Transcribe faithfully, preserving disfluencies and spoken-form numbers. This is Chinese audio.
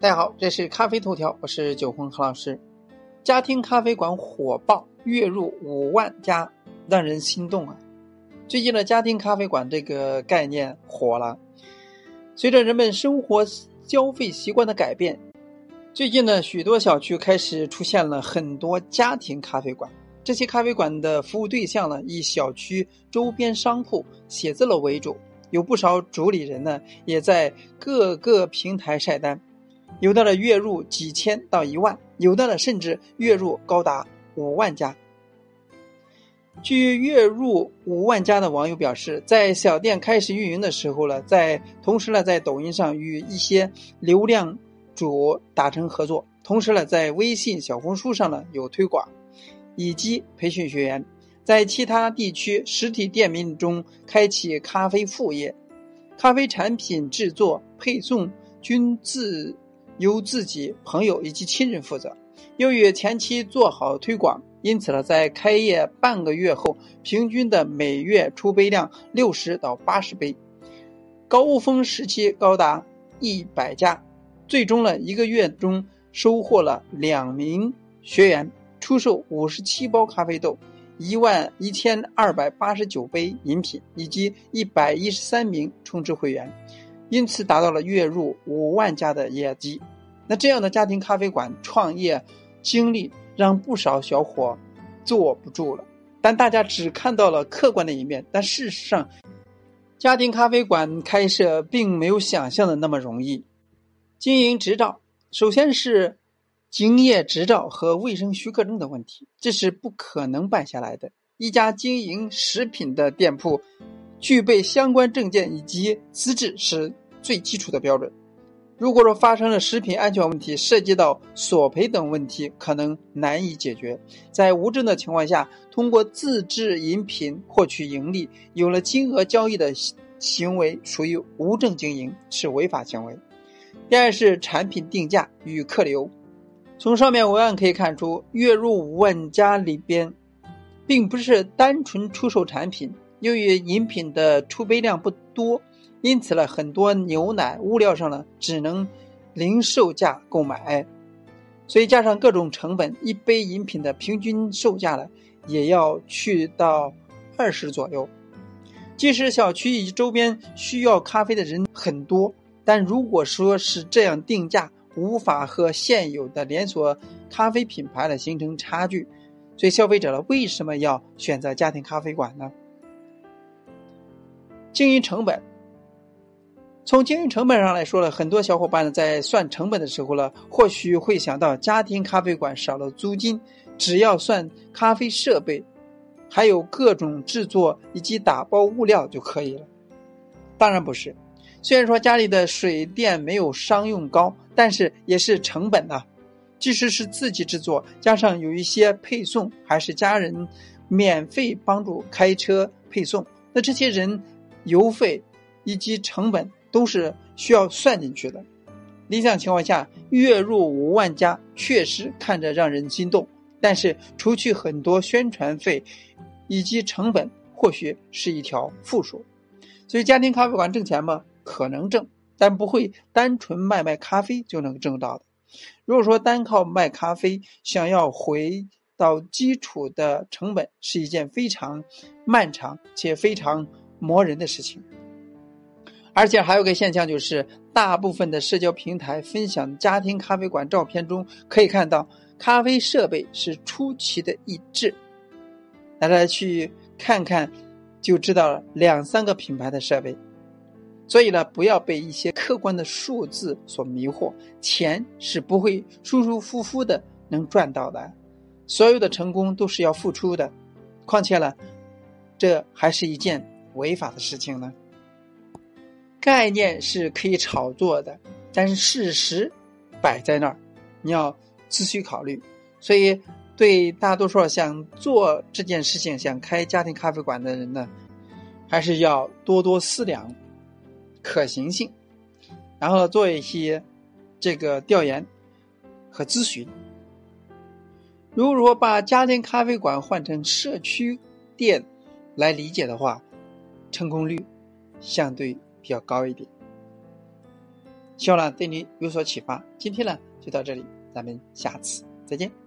大家好，这是咖啡头条，我是九红何老师。家庭咖啡馆火爆，月入五万家，让人心动啊！最近的家庭咖啡馆这个概念火了，随着人们生活消费习惯的改变，最近呢，许多小区开始出现了很多家庭咖啡馆。这些咖啡馆的服务对象呢，以小区周边商铺、写字楼为主，有不少主理人呢，也在各个平台晒单。有的呢月入几千到一万，有的呢甚至月入高达五万家。据月入五万家的网友表示，在小店开始运营的时候呢，在同时呢在抖音上与一些流量主达成合作，同时呢在微信、小红书上呢有推广以及培训学员，在其他地区实体店面中开启咖啡副业，咖啡产品制作、配送均自由自己、朋友以及亲人负责。由于前期做好推广，因此呢，在开业半个月后，平均的每月出杯量六十到八十杯，高峰时期高达一百家。最终呢，一个月中收获了两名学员，出售五十七包咖啡豆，一万一千二百八十九杯饮品，以及一百一十三名充值会员，因此达到了月入五万家的业绩。那这样的家庭咖啡馆创业经历让不少小伙坐不住了，但大家只看到了客观的一面，但事实上家庭咖啡馆开设并没有想象的那么容易。经营执照首先是营业执照和卫生许可证的问题，这是不可能办下来的。一家经营食品的店铺具备相关证件以及资质是最基础的标准。如果说发生了食品安全问题，涉及到索赔等问题，可能难以解决。在无证的情况下，通过自制饮品获取盈利，有了金额交易的行为属于无证经营，是违法行为。第二是产品定价与客流。从上面文案可以看出，月入五万家里边并不是单纯出售产品，由于饮品的出杯量不多，因此呢，很多牛奶物料上呢只能零售价购买，所以加上各种成本，一杯饮品的平均售价呢也要去到二十左右。即使小区以及周边需要咖啡的人很多，但如果说是这样定价，无法和现有的连锁咖啡品牌呢形成差距，所以消费者呢为什么要选择家庭咖啡馆呢？经营成本。从经营成本上来说呢，很多小伙伴呢在算成本的时候呢，或许会想到家庭咖啡馆少了租金，只要算咖啡设备，还有各种制作以及打包物料就可以了。当然不是，虽然说家里的水电没有商用高，但是也是成本啊。即使是自己制作，加上有一些配送，还是家人免费帮助开车配送，那这些人油费以及成本都是需要算进去的。理想情况下，月入五万家确实看着让人心动，但是除去很多宣传费以及成本，或许是一条负数。所以家庭咖啡馆挣钱吗？可能挣，但不会单纯卖卖咖啡就能挣到的。如果说单靠卖咖啡，想要回到基础的成本，是一件非常漫长且非常磨人的事情。而且还有个现象，就是大部分的社交平台分享家庭咖啡馆照片中，可以看到咖啡设备是出奇的一致，大家去看看就知道了，两三个品牌的设备。所以呢，不要被一些客观的数字所迷惑，钱是不会舒舒服服的能赚到的，所有的成功都是要付出的，况且呢，这还是一件违法的事情呢。概念是可以炒作的，但是事实摆在那儿，你要仔细考虑。所以对大多数想做这件事情，想开家庭咖啡馆的人呢，还是要多多思量可行性，然后做一些这个调研和咨询。如果说把家庭咖啡馆换成社区店来理解的话，成功率相对比较高一点。 希望呢对你有所启发。今天呢就到这里，咱们下次再见。